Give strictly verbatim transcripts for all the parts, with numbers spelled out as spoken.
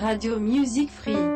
Radio Music Free.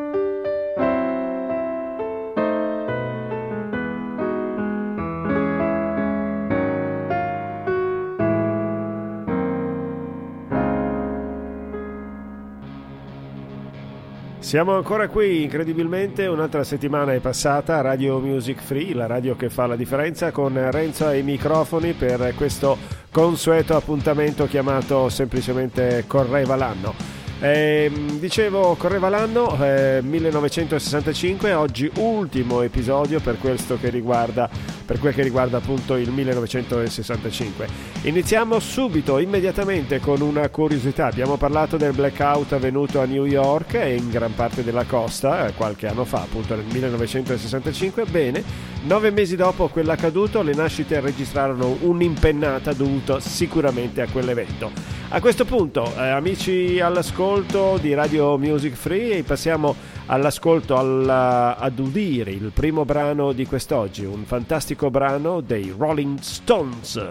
Siamo ancora qui, incredibilmente, un'altra settimana è passata, Radio Music Free, la radio che fa la differenza, con Renzo ai microfoni per questo consueto appuntamento chiamato semplicemente Correva l'anno. Eh, dicevo, correva l'anno eh, millenovecentosessantacinque, oggi ultimo episodio per questo che riguarda per quel che riguarda appunto il millenovecentosessantacinque. Iniziamo subito, immediatamente, con una curiosità. Abbiamo parlato del blackout avvenuto a New York e in gran parte della costa qualche anno fa, appunto nel millenovecentosessantacinque. Bene, nove mesi dopo quell'accaduto, le nascite registrarono un'impennata dovuta sicuramente a quell'evento. A questo punto, eh, amici all'ascolto di Radio Music Free, passiamo all'ascolto, alla, ad udire il primo brano di quest'oggi, un fantastico brano dei Rolling Stones.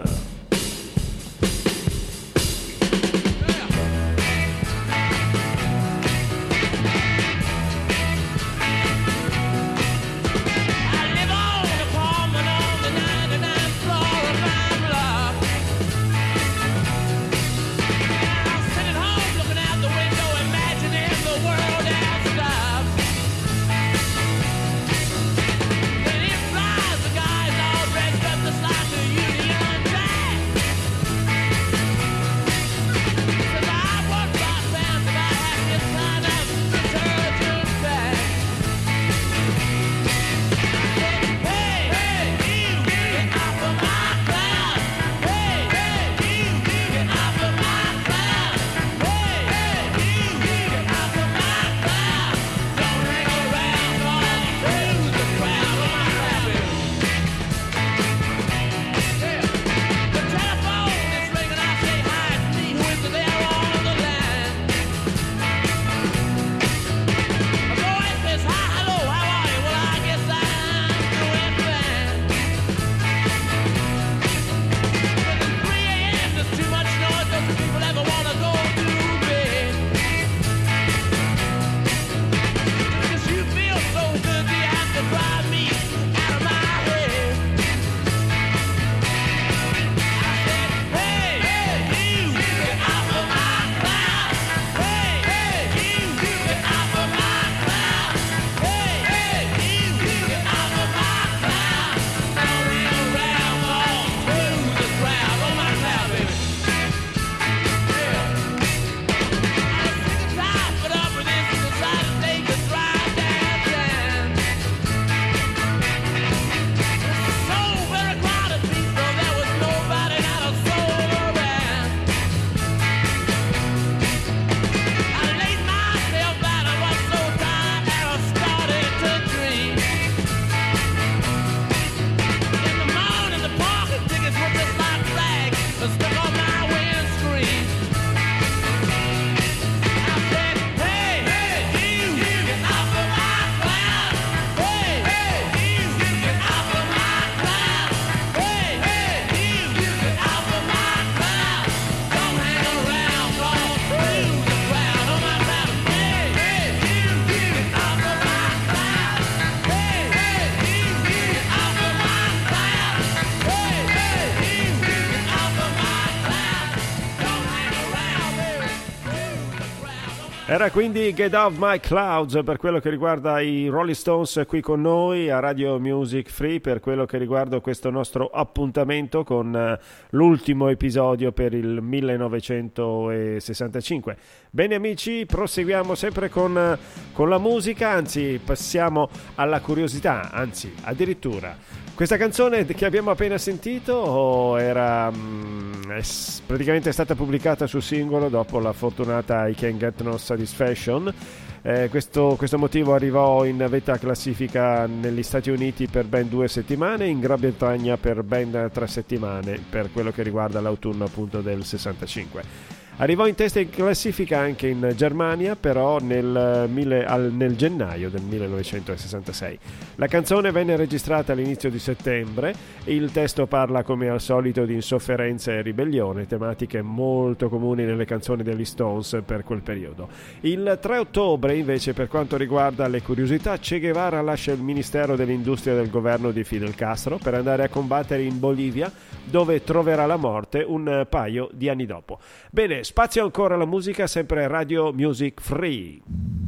Era quindi Get Off My Clouds per quello che riguarda i Rolling Stones qui con noi a Radio Music Free, per quello che riguarda questo nostro appuntamento con uh, l'ultimo episodio per il millenovecentosessantacinque. Bene amici, proseguiamo sempre con, uh, con la musica, anzi passiamo alla curiosità, anzi addirittura. Questa canzone che abbiamo appena sentito era mh, è praticamente stata pubblicata su singolo dopo la fortunata I Can't Get No Satisfaction. Eh, questo, questo motivo arrivò in vetta classifica negli Stati Uniti per ben due settimane, in Gran Bretagna per ben tre settimane, per quello che riguarda l'autunno appunto del sessantacinque. Arrivò in testa in classifica anche in Germania, però nel, mille, al, nel gennaio del millenovecentosessantasei. La canzone venne registrata all'inizio di settembre e il testo parla come al solito di insofferenza e ribellione, tematiche molto comuni nelle canzoni degli Stones per quel periodo. Il tre ottobre, invece, per quanto riguarda le curiosità, Che Guevara lascia il Ministero dell'Industria del governo di Fidel Castro per andare a combattere in Bolivia, dove troverà la morte un paio di anni dopo. Bene, spazio ancora alla musica, sempre Radio Music Free.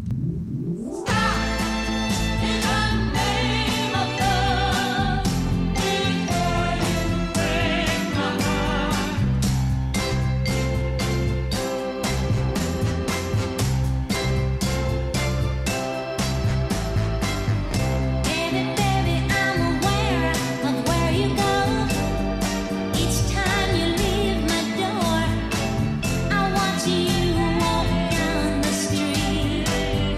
You walk down the street.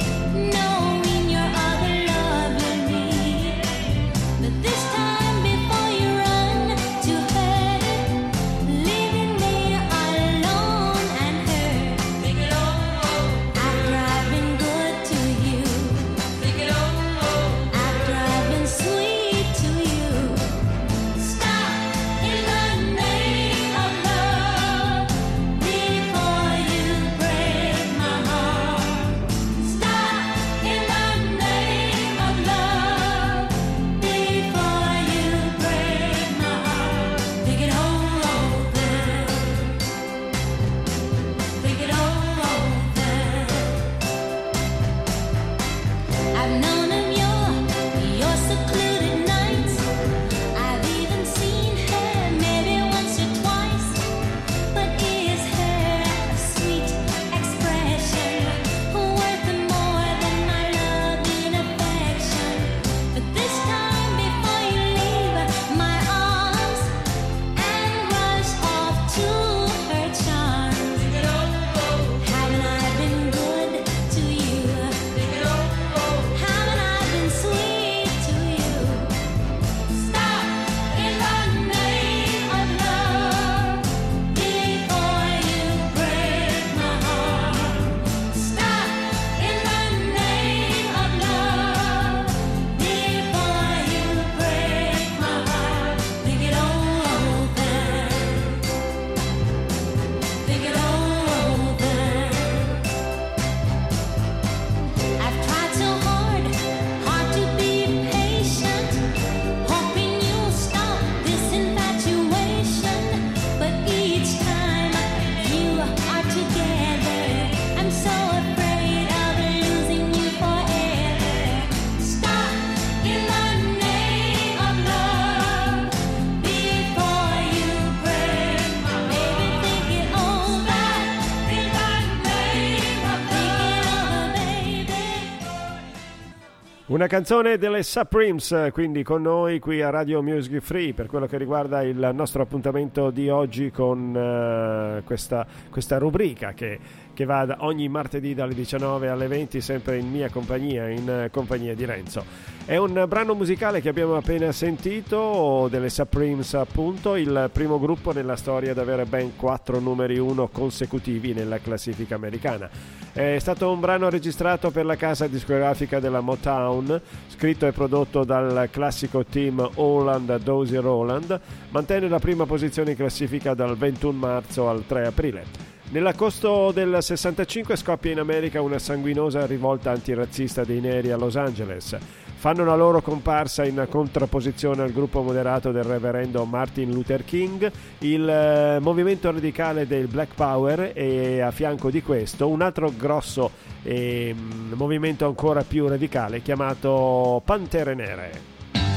Una canzone delle Supremes, quindi con noi qui a Radio Music Free per quello che riguarda il nostro appuntamento di oggi con uh, questa, questa rubrica che, che va da ogni martedì dalle diciannove alle venti, sempre in mia compagnia, in uh, compagnia di Renzo. È un brano musicale che abbiamo appena sentito, delle Supremes appunto, il primo gruppo nella storia ad avere ben quattro numeri uno consecutivi nella classifica americana. È stato un brano registrato per la casa discografica della Motown, scritto e prodotto dal classico team Holland Dozier Holland, mantenne la prima posizione in classifica dal ventuno marzo al tre aprile. Nell'agosto del sessantacinque scoppia in America una sanguinosa rivolta antirazzista dei neri a Los Angeles. Fanno la loro comparsa in contrapposizione al gruppo moderato del reverendo Martin Luther King, il eh, movimento radicale del Black Power, e a fianco di questo un altro grosso eh, movimento ancora più radicale chiamato Pantere Nere.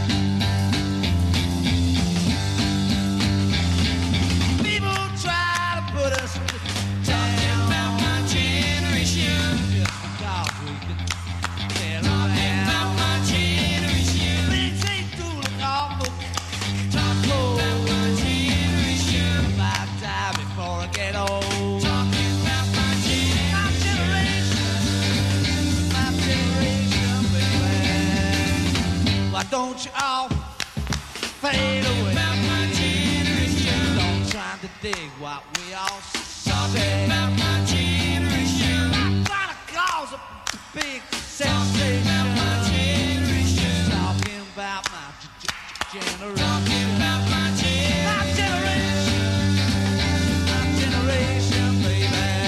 Don't you all fade away? Don't try to dig what we all saw. say. About my generation. I'm trying to cause a big sensation. About my generation. Talking about my g- g- generation. Talking about my generation. My generation. My generation, baby.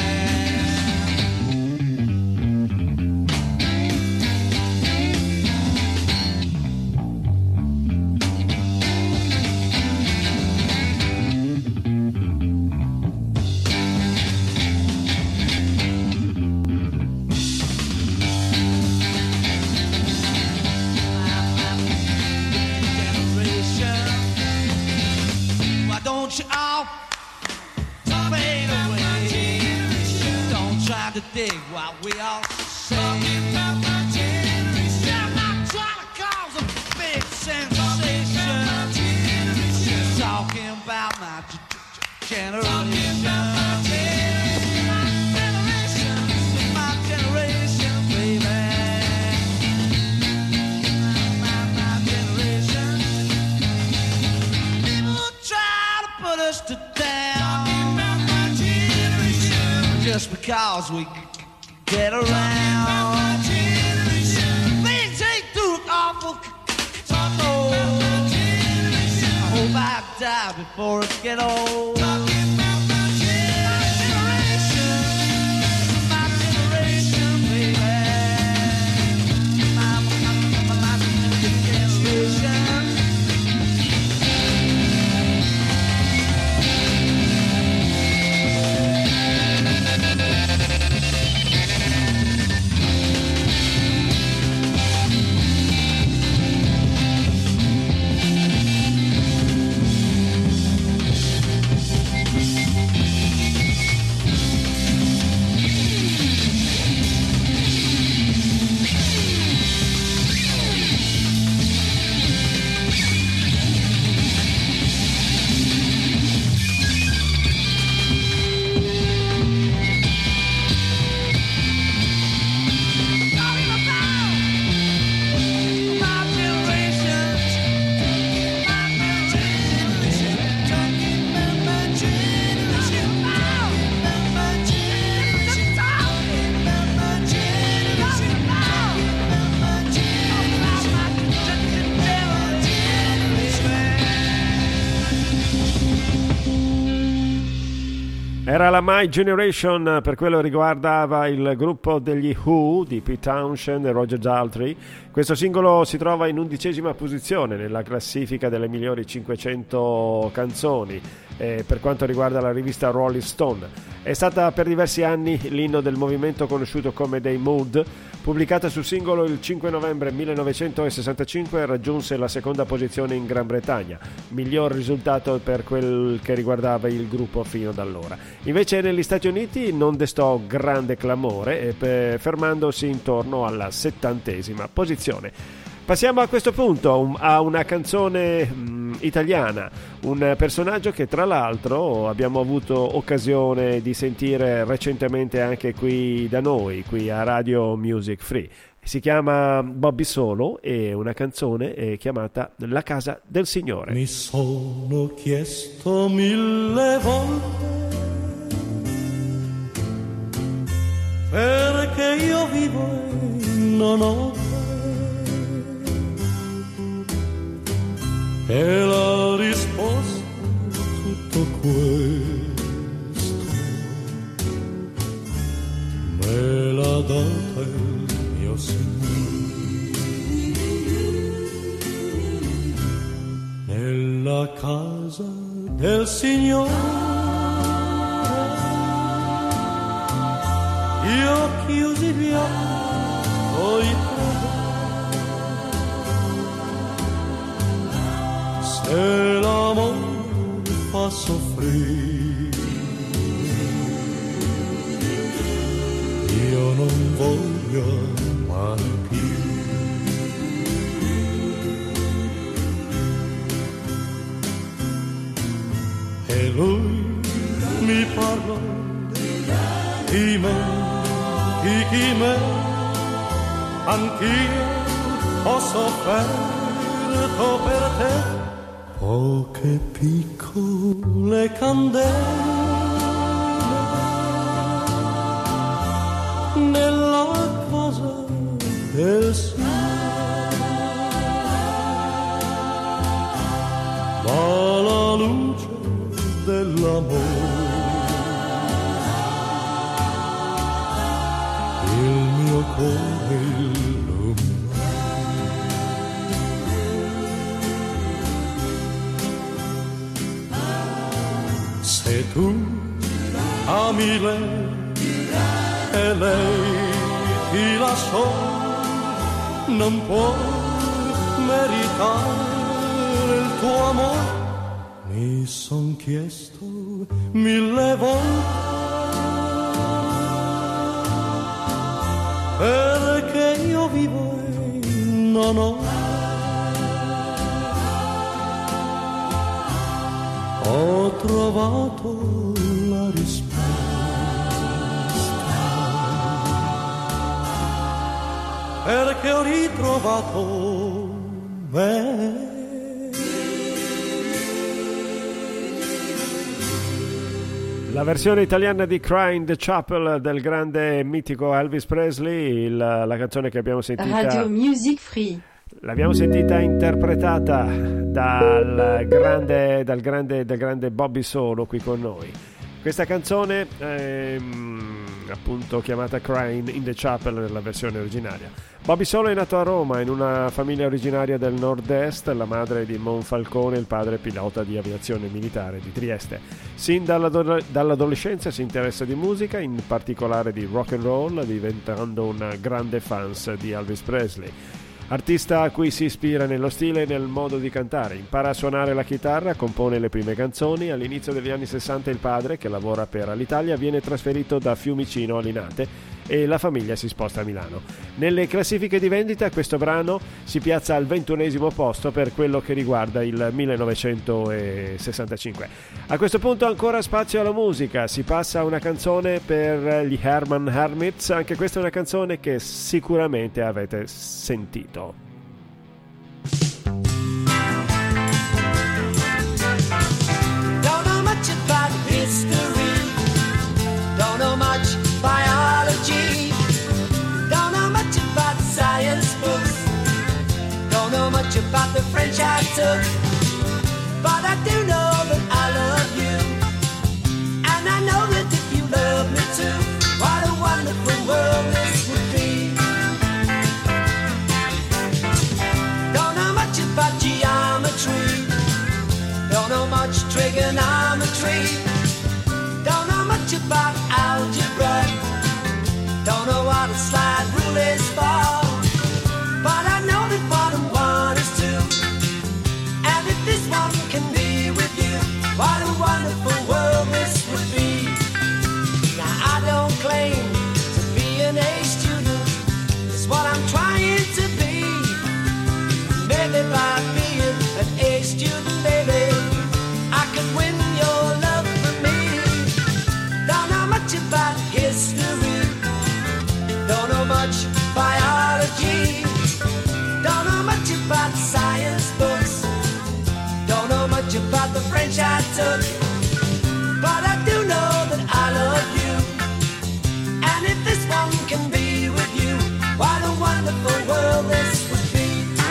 Don't you all fade away? Don't try to dig what we all say. I'm not trying to cause a big sensation. Just talking about my g- g- generation. My generation, my generation, baby. My, my generation. People try to put us to down just because we get around. Things ain't too awful. Oh, I hope I die before it get old. My generation, my generation, baby. My, my, my, my generation. Era la My Generation, per quello riguardava il gruppo degli Who di Pete Townshend e Roger Daltrey. Questo singolo si trova in undicesima posizione nella classifica delle migliori cinquecento canzoni eh, per quanto riguarda la rivista Rolling Stone. È stata per diversi anni l'inno del movimento conosciuto come Dei Mood. Pubblicata su singolo il cinque novembre millenovecentosessantacinque, raggiunse la seconda posizione in Gran Bretagna, miglior risultato per quel che riguardava il gruppo fino ad allora. Invece negli Stati Uniti non destò grande clamore, eh, fermandosi intorno alla settantesima posizione. Passiamo a questo punto a una canzone mh, italiana, un personaggio che tra l'altro abbiamo avuto occasione di sentire recentemente anche qui da noi, qui a Radio Music Free. Si chiama Bobby Solo e una canzone è chiamata La casa del Signore. Mi sono chiesto mille volte perché io vivo e non ho te. E la risposta a tutto questo me l'ha data il mio Signore. Nella casa del Signore io chiusi gli occhi, poi se l'amore fa soffrire, io non voglio amare più. E lui mi parlò di me, di chi me, anch'io ho sofferto per te. Poche piccole candele del sì, ma la luce dell'amore il mio cuore illumina. Se tu ami lei e lei ti lasciò, non può meritare il tuo amore. Mi son chiesto mille volte perché io vivo e non ho. Ho trovato la risposta perché ho ritrovato me. La versione italiana di Crying the Chapel del grande mitico Elvis Presley, il, la canzone che abbiamo sentita. Radio Music Free. L'abbiamo sentita interpretata dal grande, dal grande, dal grande Bobby Solo qui con noi. Questa canzone è appunto chiamata Crying in the Chapel nella versione originaria. Bobby Solo è nato a Roma in una famiglia originaria del nord-est, la madre di Monfalcone, il padre pilota di aviazione militare di Trieste. Sin dall'adole- dall'adolescenza si interessa di musica, in particolare di rock and roll, diventando un grande fans di Elvis Presley. Artista a cui si ispira nello stile e nel modo di cantare. Impara a suonare la chitarra, compone le prime canzoni. All'inizio degli anni sessanta il padre, che lavora per Alitalia, viene trasferito da Fiumicino a Linate e la famiglia si sposta a Milano. Nelle classifiche di vendita questo brano si piazza al ventunesimo posto per quello che riguarda il millenovecentosessantacinque. A questo punto ancora spazio alla musica, si passa a una canzone per gli Herman Hermits, anche questa è una canzone che sicuramente avete sentito. Don't know much about history, don't know much biology, don't know much about science books, don't know much about the French I took, but I do know that I love you, and I know that if you love me too, what a wonderful world this would be. Don't know much about geometry, don't know much trigonometry, don't know much about algebra, don't know what a slide rule is for, but I know that bottom one is two, and if this one can be with you, what a wonderful world this would be. Now I don't claim to be an A student, it's what I'm trying to be. Maybe by being an A student, baby, I could win your love for me. Don't know much about history, don't know much biology, don't know much about science books, don't know much about the French I took, but I do know that I love you, and if this one can be with you, what a wonderful world this would be.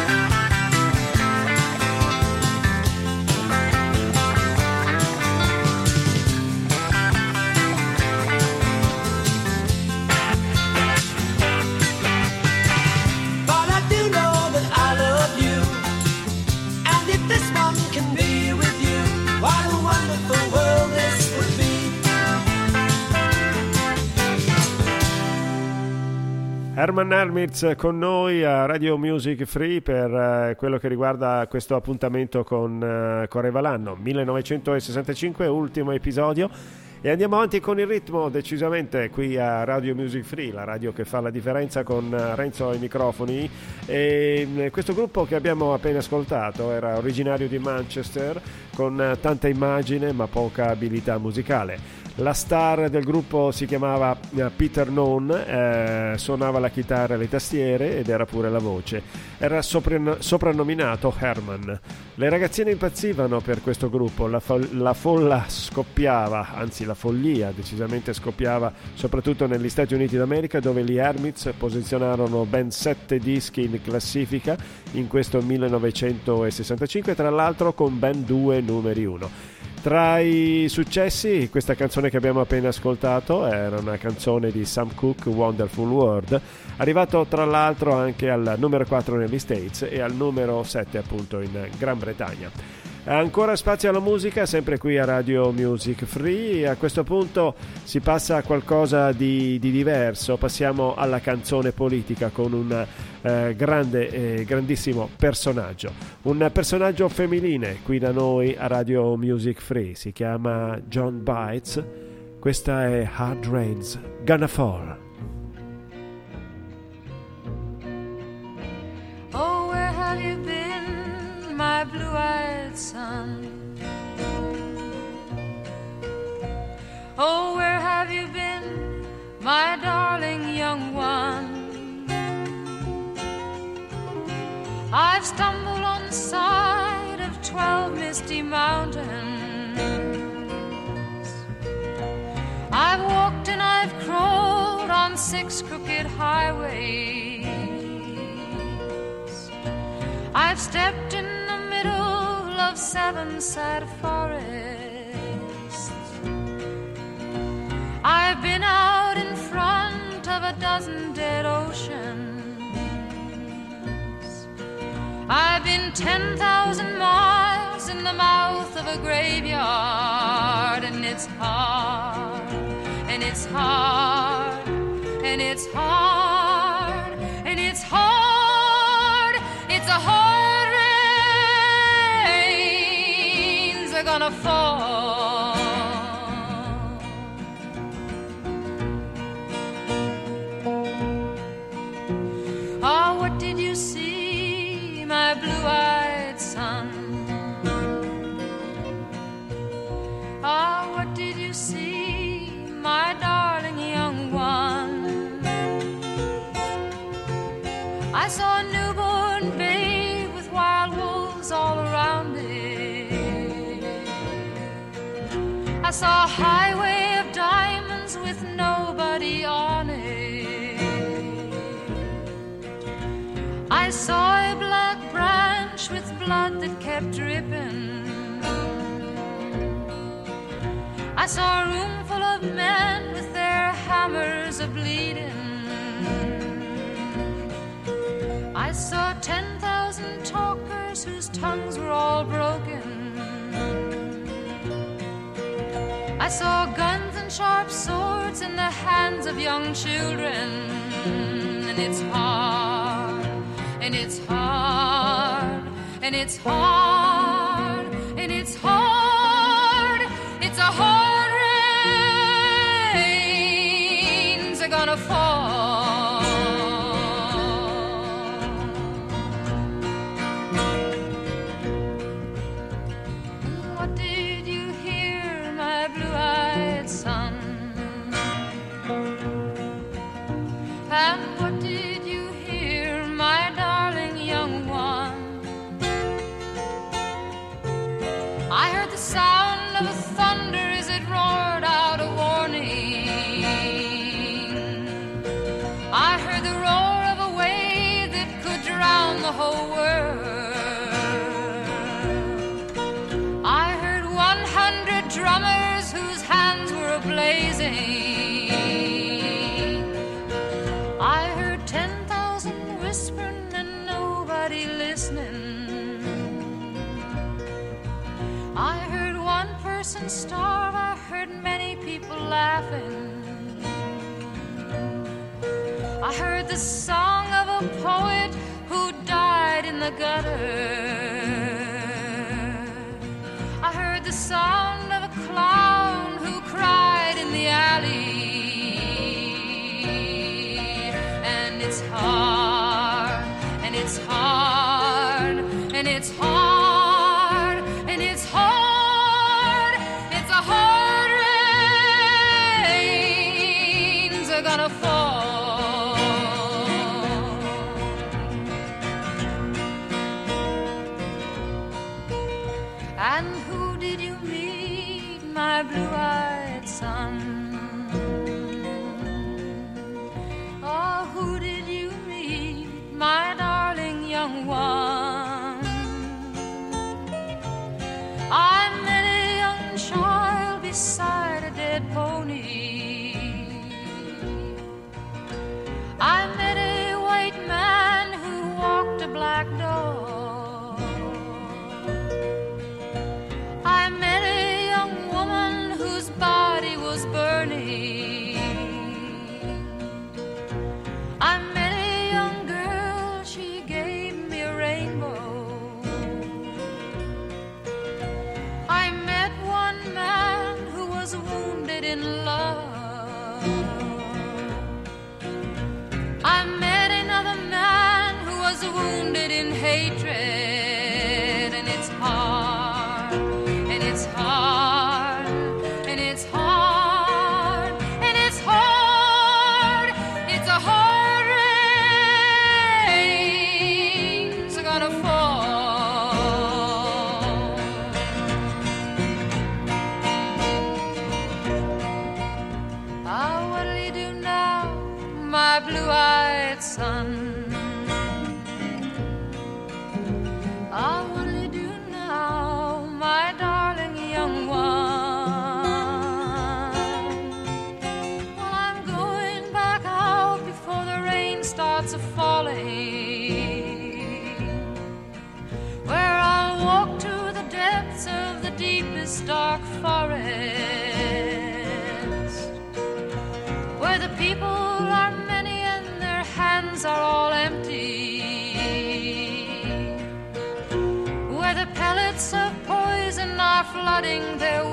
But I do know that I love you, and if this one can be with you, what a wonderful world this would be. Herman Hermits con noi a Radio Music Free per eh, quello che riguarda questo appuntamento con eh, Correva l'anno millenovecentosessantacinque, ultimo episodio, e andiamo avanti con il ritmo decisamente qui a Radio Music Free, la radio che fa la differenza, con eh, Renzo ai microfoni. E eh, questo gruppo che abbiamo appena ascoltato era originario di Manchester, con eh, tanta immagine ma poca abilità musicale. La star del gruppo si chiamava Peter Noon, eh, suonava la chitarra e le tastiere ed era pure la voce. Era sopran- soprannominato Herman. Le ragazzine impazzivano per questo gruppo, la, fo- la folla scoppiava, anzi la follia decisamente scoppiava, soprattutto negli Stati Uniti d'America, dove gli Hermits posizionarono ben sette dischi in classifica in questo millenovecentosessantacinque, tra l'altro con ben due numeri uno. Tra i successi, questa canzone che abbiamo appena ascoltato era una canzone di Sam Cooke, Wonderful World, arrivato tra l'altro anche al numero quattro negli States e al numero sette appunto in Gran Bretagna. Ancora spazio alla musica, sempre qui a Radio Music Free. A questo punto si passa a qualcosa di, di diverso, passiamo alla canzone politica con un eh, grande e grandissimo personaggio, un personaggio femminile qui da noi a Radio Music Free, si chiama Joan Baez, questa è Hard Rain's Gonna Fall. Oh, where have you been, my blue-eyed son? Oh, where have you been, my darling young one? I've stumbled on the side of twelve misty mountains. I've walked and I've crawled on six crooked highways. I've stepped in the middle of seven sad forests. I've been out in front of a dozen dead oceans. I've been ten thousand miles in the mouth of a graveyard, and it's hard, and it's hard, and it's hard, and it's hard, it's a hard rains are gonna fall. Oh, what did you see, my blue-eyed son? Ah, oh, what did you see, my darling young one? I saw a newborn babe with wild wolves all around it. I saw a highway of diamonds with nobody on it. I saw a black branch with blood that kept dripping. I saw a room full of men with their hammers a-bleeding. I saw ten thousand talkers whose tongues were all broken. I saw guns and sharp swords in the hands of young children. And it's hard, and it's hard, and it's hard, and it's hard, it's a hard rains are gonna fall. What did you hear, my blue-eyed son? And what did you hear, my darling young one? I heard the sound of a thunder as it roared out a warning. I heard the roar of a wave that could drown the whole world. I heard one hundred drummers whose hands were ablazing. I heard ten thousand whispering and nobody listening. I heard one person starve, I heard many people laughing. I heard the song of a poet who died in the gutter. I heard the sound of a clown who cried in the alley. And it's hard, and it's hard, and it's hard, and it's hard, it's a hard rains are gonna fall. And who did you meet, my blue-eyed son? Oh, who did you meet, my darling young one? I met a young child beside a dead pony. I met a white man who walked a black dog. I met a young woman whose body was burning. I met a young girl, she gave me a rainbow. I met one man who was wounded in love. I met another man who was wounded in hatred. And it's hard, and it's hard, and it's hard, and it's hard. It's a hard rain's gonna fall. Ah, what'll you do now, my blue-eyed son? Ah, what'll you do now, my darling young one? Well, I'm going back out before the rain starts a-falling, where I'll walk to the depths of the deepest dark forest, where the people are many and their hands are all empty, where the pellets of poison are flooding their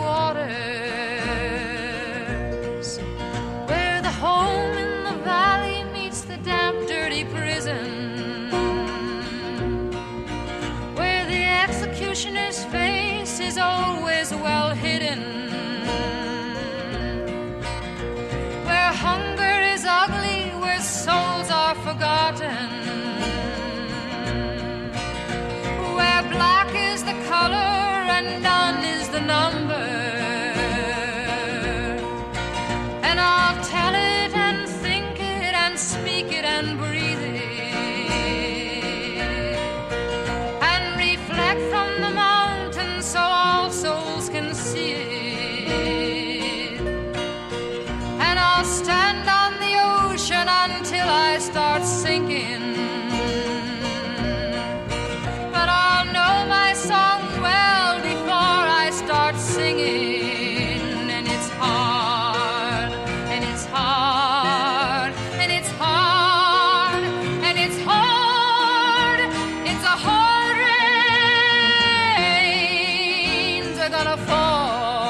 waters, where the home in the valley meets the damp, dirty prison, where the executioner's face is always well hidden, where hunger is ugly, where souls are forgotten, where black is the color and none is the number. And I'll tell it and think it and speak it and breathe it, and reflect from the mountain so all souls can see it. And I'll stand on the ocean until I start sinking, but I'll know my song well before I start singing. And it's hard, and it's hard, and it's hard, and it's hard. It's a hard rain's gonna fall.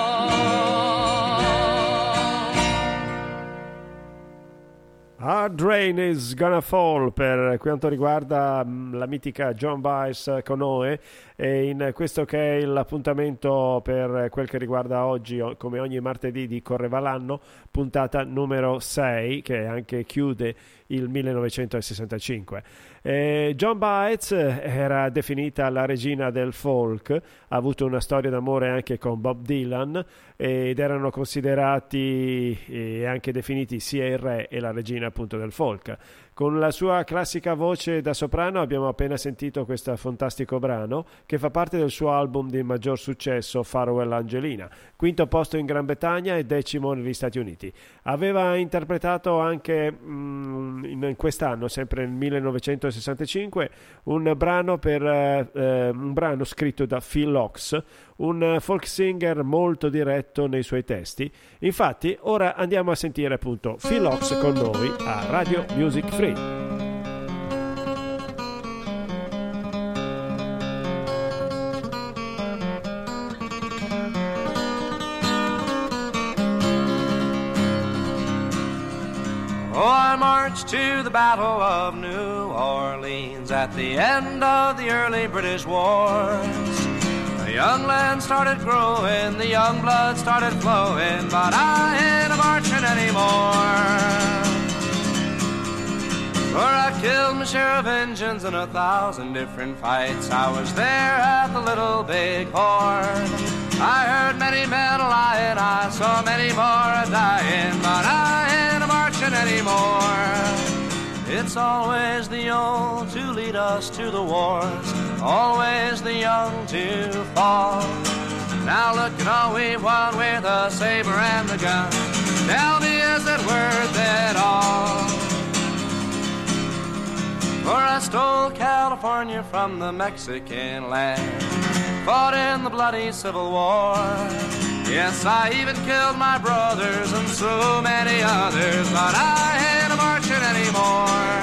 Hard Rain is Gonna Fall per quanto riguarda mh, la mitica Joan Baez con Oe, e in questo che è l'appuntamento per quel che riguarda oggi, o- come ogni martedì di Correva l'anno, puntata numero sei, che anche chiude il millenovecentosessantacinque. Eh, Joan Baez era definita la regina del folk, ha avuto una storia d'amore anche con Bob Dylan, ed erano considerati e anche definiti sia il re e la regina appunto del folk. Con la sua classica voce da soprano abbiamo appena sentito questo fantastico brano che fa parte del suo album di maggior successo, Farewell Angelina, quinto posto in Gran Bretagna e decimo negli Stati Uniti. Aveva interpretato anche mm, in quest'anno, sempre nel millenovecentosessantacinque, un brano, per, eh, un brano scritto da Phil Ochs, un folk singer molto diretto nei suoi testi. Infatti ora andiamo a sentire appunto Phil Ochs con noi a Radio Music Free. Oh, I marched to the Battle of New Orleans at the end of the early British wars. The young land started growing, the young blood started flowing, but I ain't a marching anymore. For I killed my share of Injuns in a thousand different fights. I was there at the Little Big Horn. I heard many men lying, I saw many more a-dying, but I ain't a-marching anymore. It's always the old to lead us to the wars, always the young to fall. Now look at all we've won with the saber and the gun. Tell me, is it worth it all? For I stole California from the Mexican land, fought in the bloody Civil War. Yes, I even killed my brothers and so many others, but I ain't a-marching anymore.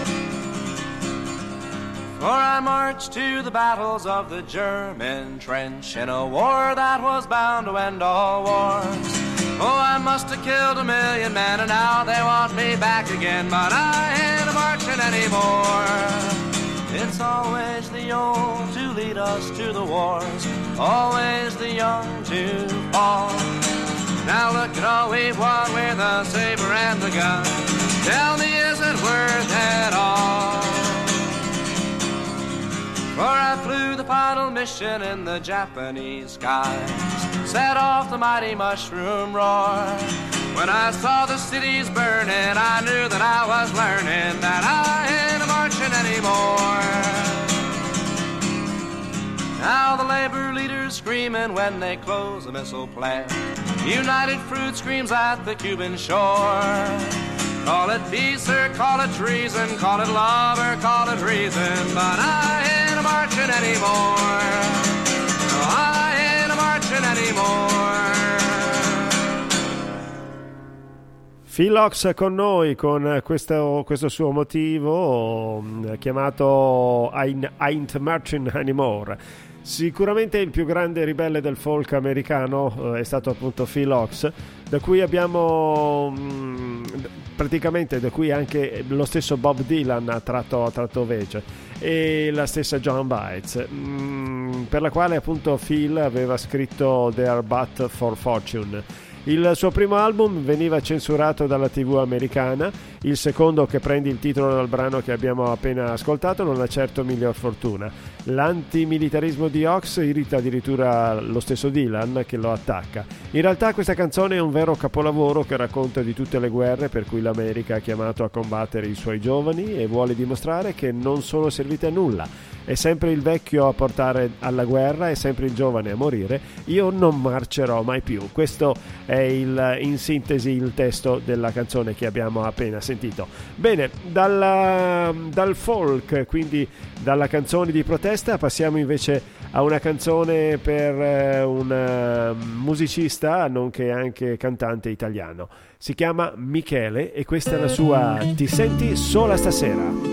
For I marched to the battles of the German trench in a war that was bound to end all wars. Oh, I must have killed a million men and now they want me back again, but I ain't a-marching anymore. It's always the old to lead us to the wars, always the young to fall. Now look at all we've won with the saber and the gun. Tell me, is it worth it all? For I flew the final mission in the Japanese skies, set off the mighty mushroom roar. When I saw the cities burning, I knew that I was learning that I ain't a-marching anymore. Now the labor leaders screaming when they close a missile plant. United Fruit screams at the Cuban shore. Call it peace or call it treason, call it love or call it reason, but I ain't a-marching anymore. No, I ain't a-marching anymore. Phil Ochs con noi con questo, questo suo motivo chiamato I Ain't Marching Anymore. Sicuramente il più grande ribelle del folk americano eh, è stato appunto Phil Ochs, da cui abbiamo mh, praticamente da cui anche lo stesso Bob Dylan ha tratto, ha tratto vece, e la stessa Joan Baez, mh, per la quale appunto Phil aveva scritto There But For Fortune. Il suo primo album veniva censurato dalla tivù americana, il secondo, che prende il titolo dal brano che abbiamo appena ascoltato, non ha certo miglior fortuna. L'antimilitarismo di Ochs irrita addirittura lo stesso Dylan, che lo attacca. In realtà questa canzone è un vero capolavoro che racconta di tutte le guerre per cui l'America ha chiamato a combattere i suoi giovani e vuole dimostrare che non sono servite a nulla. È sempre il vecchio a portare alla guerra, è sempre il giovane a morire. Io non marcerò mai più. Questo è il, in sintesi il testo della canzone che abbiamo appena sentito. Bene, dalla, dal folk, quindi dalla canzone di protesta, passiamo invece a una canzone per un musicista nonché anche cantante italiano. Si chiama Michele e questa è la sua Ti senti sola stasera.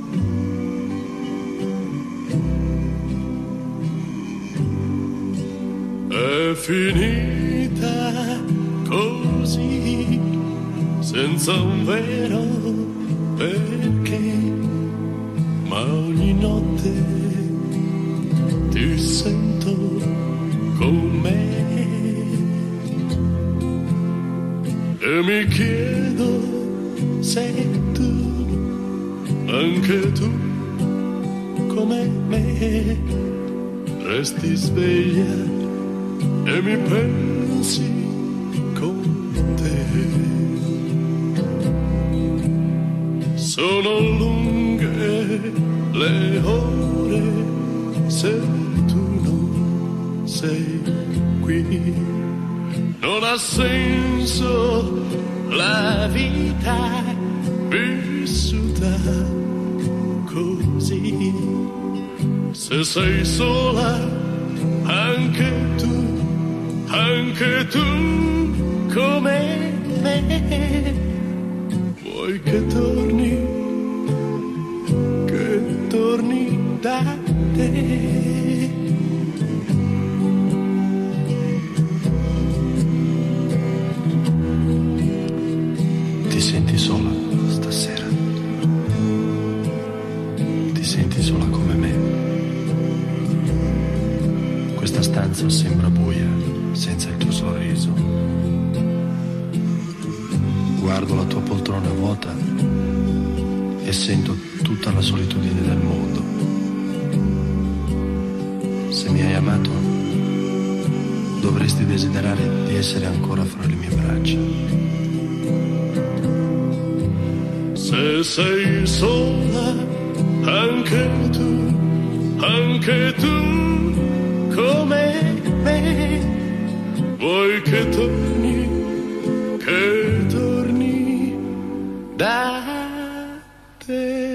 È finita così, senza un vero perché, ma ogni notte ti sento con me e mi chiedo se tu, anche tu, come me, resti sveglia e mi pensi con te. Sono lunghe le ore se tu non sei qui. Non ha senso la vita vissuta così. Se sei sola anche tu, anche tu come me, vuoi che torni, che torni da te. Ti senti sola stasera? Ti senti sola come me? Questa stanza sembra buia senza il tuo sorriso. Guardo la tua poltrona vuota e sento tutta la solitudine del mondo. Se mi hai amato, dovresti desiderare di essere ancora fra le mie braccia. Se sei sola, anche tu, anche tu, come me, vuoi che torni, che torni da te.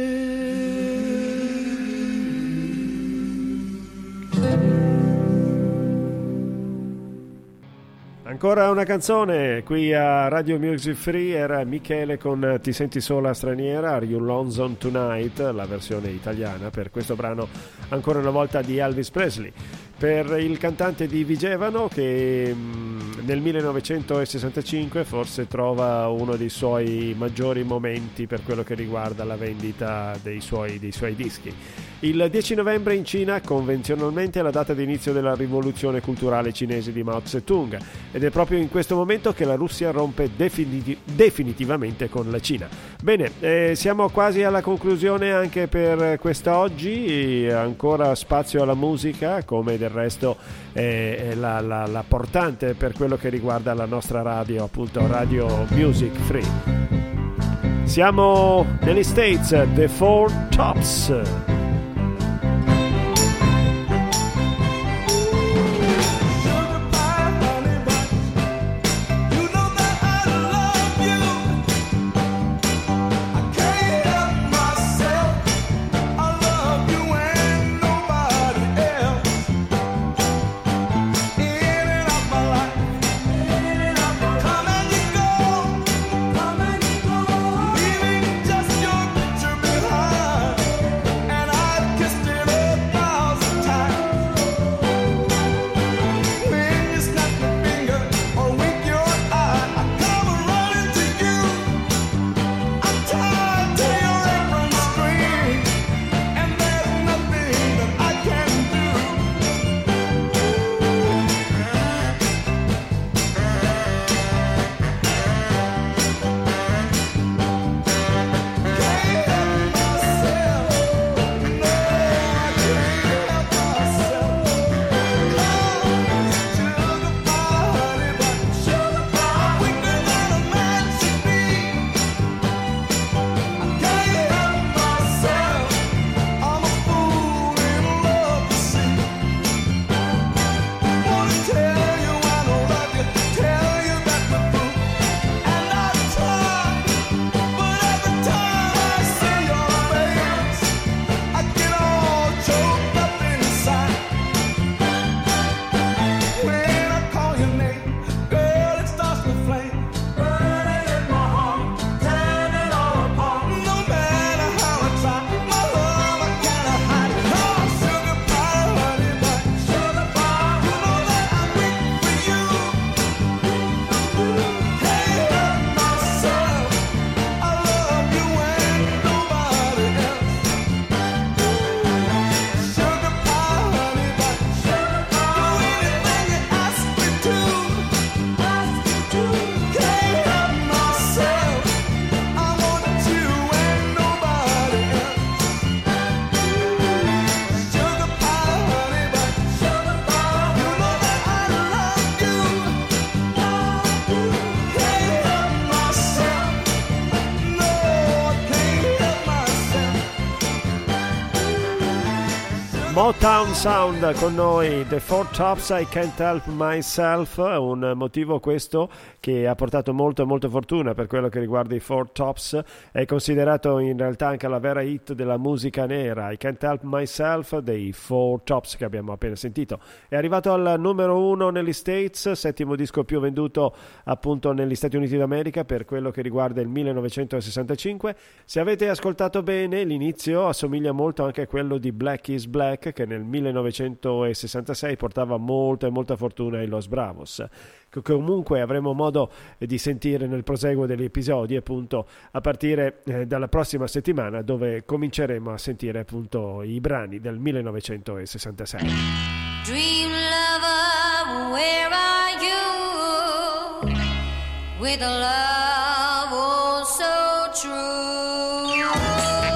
Ancora una canzone qui a Radio Music Free, era Michele con Ti senti sola straniera, Are You Lonesome Tonight, la versione italiana per questo brano ancora una volta di Elvis Presley. Per il cantante di Vigevano che mh, nel millenovecentosessantacinque forse trova uno dei suoi maggiori momenti per quello che riguarda la vendita dei suoi, dei suoi dischi. Il dieci novembre in Cina convenzionalmente è la data di inizio della rivoluzione culturale cinese di Mao Zedong ed è proprio in questo momento che la Russia rompe definiti- definitivamente con la Cina. Bene, eh, siamo quasi alla conclusione anche per quest'oggi, ancora spazio alla musica come del resto è, è la, la, la portante per quello che riguarda la nostra radio, appunto Radio Music Free. Siamo negli States, The Four Tops. Just your picture behind. Motown Sound con noi, The Four Tops, I Can't Help Myself, un motivo questo che ha portato molto molto fortuna per quello che riguarda i Four Tops, è considerato in realtà anche la vera hit della musica nera. I Can't Help Myself dei Four Tops che abbiamo appena sentito, è arrivato al numero uno negli States, settimo disco più venduto appunto negli Stati Uniti d'America per quello che riguarda il millenovecentosessantacinque. Se avete ascoltato bene, l'inizio assomiglia molto anche a quello di Black is Black, che nel millenovecentosessantasei portava molta e molta fortuna ai Los Bravos, che comunque avremo modo di sentire nel proseguo degli episodi, appunto a partire eh, dalla prossima settimana, dove cominceremo a sentire appunto i brani del millenovecentosessantasei. Dream lover, where are you? With a love oh so true.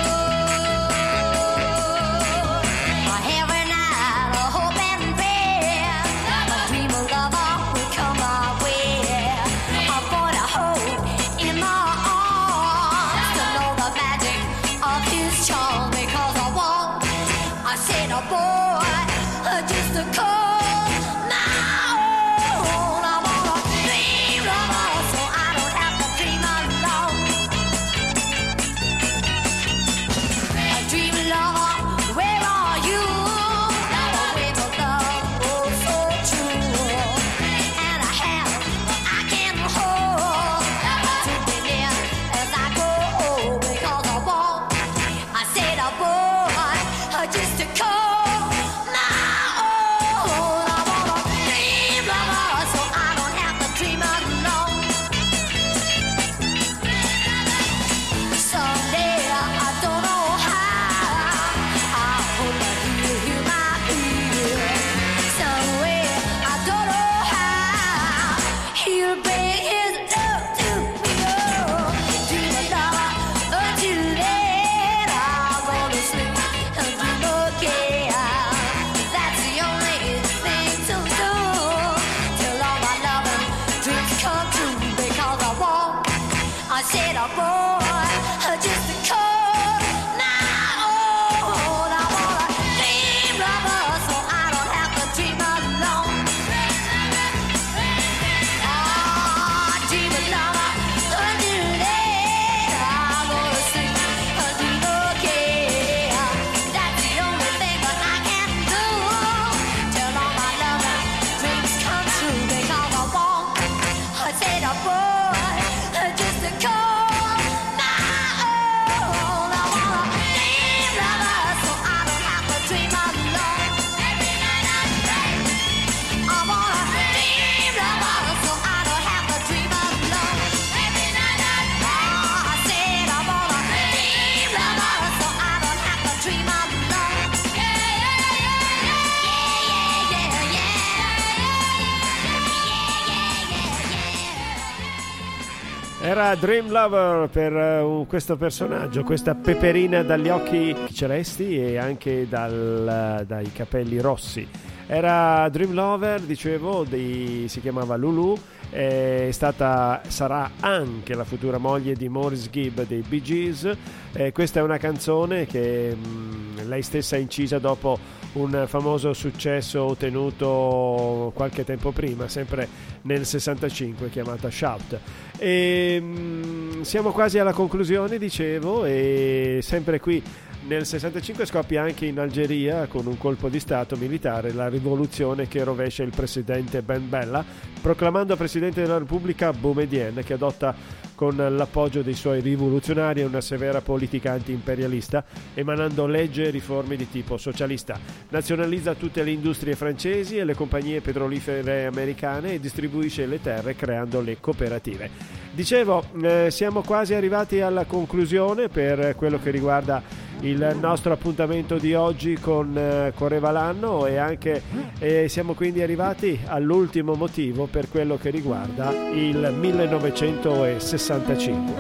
Era Dream Lover per uh, questo personaggio, questa peperina dagli occhi celesti e anche dal, uh, dai capelli rossi. Era Dream Lover, dicevo, di, si chiamava Lulu, è stata, sarà anche la futura moglie di Maurice Gibb dei Bee Gees. Eh, questa è una canzone che mh, lei stessa ha incisa dopo un famoso successo ottenuto qualche tempo prima, sempre nel sessantacinque, chiamata Shout. E, mh, siamo quasi alla conclusione, dicevo, e sempre qui nel sessantacinque scoppia anche in Algeria, con un colpo di stato militare, la rivoluzione che rovescia il presidente Ben Bella, proclamando presidente della Repubblica Boumediene, che adotta con l'appoggio dei suoi rivoluzionari una severa politica anti-imperialista, emanando leggi e riforme di tipo socialista. Nazionalizza tutte le industrie francesi e le compagnie petrolifere americane e distribuisce le terre creando le cooperative. Dicevo, eh, siamo quasi arrivati alla conclusione per quello che riguarda il nostro appuntamento di oggi con eh, Correva l'anno, e anche eh, siamo quindi arrivati all'ultimo motivo per quello che riguarda il millenovecentosessantacinque.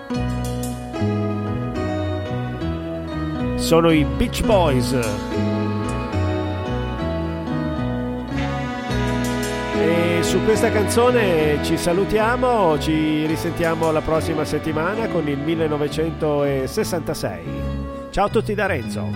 Sono i Beach Boys. E su questa canzone ci salutiamo, ci risentiamo la prossima settimana con il millenovecentosessantasei. Ciao a tutti da Renzo.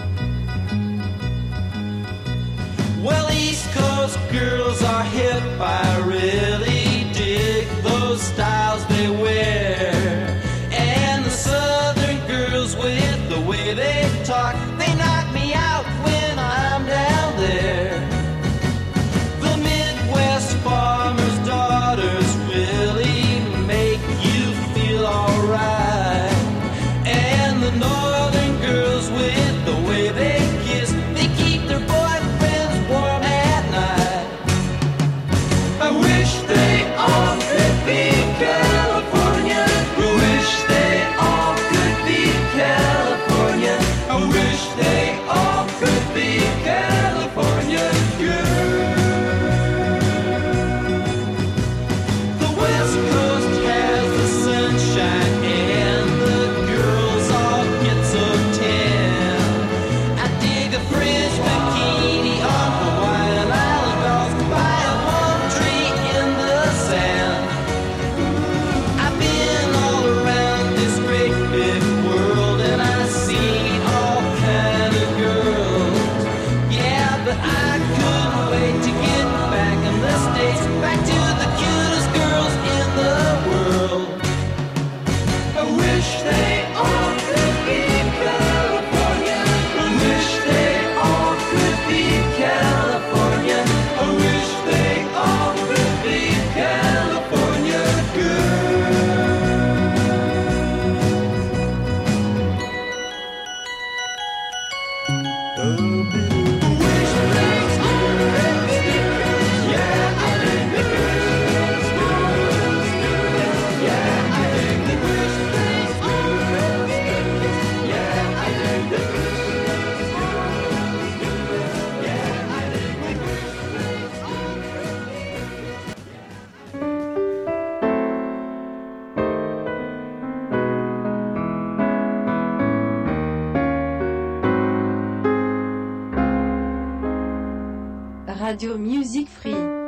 Well, East Coast girls are hip, I really dig those styles they wear. And the Southern girls with the way they talk, they knock me out when I'm down there. The Midwest farmers' daughters really make you feel alright. And the Northern girls with the way they kiss, they keep their boyfriends warm at night. I wish they all could be California. I wish they all could be California. I wish they all could be California girls. The West Coast has the sunshine and the girls all get so tan. I dig a French bikini on Hawaiian Island dolls by a palm tree in the sand. I've been all around this great big world and I've seen all kind of girls. Yeah, but I couldn't wait to get back in the States, back to the cutest girls in the world. I wish they all could be California. I wish they all could be California. I wish they all could be California Radio Music Free.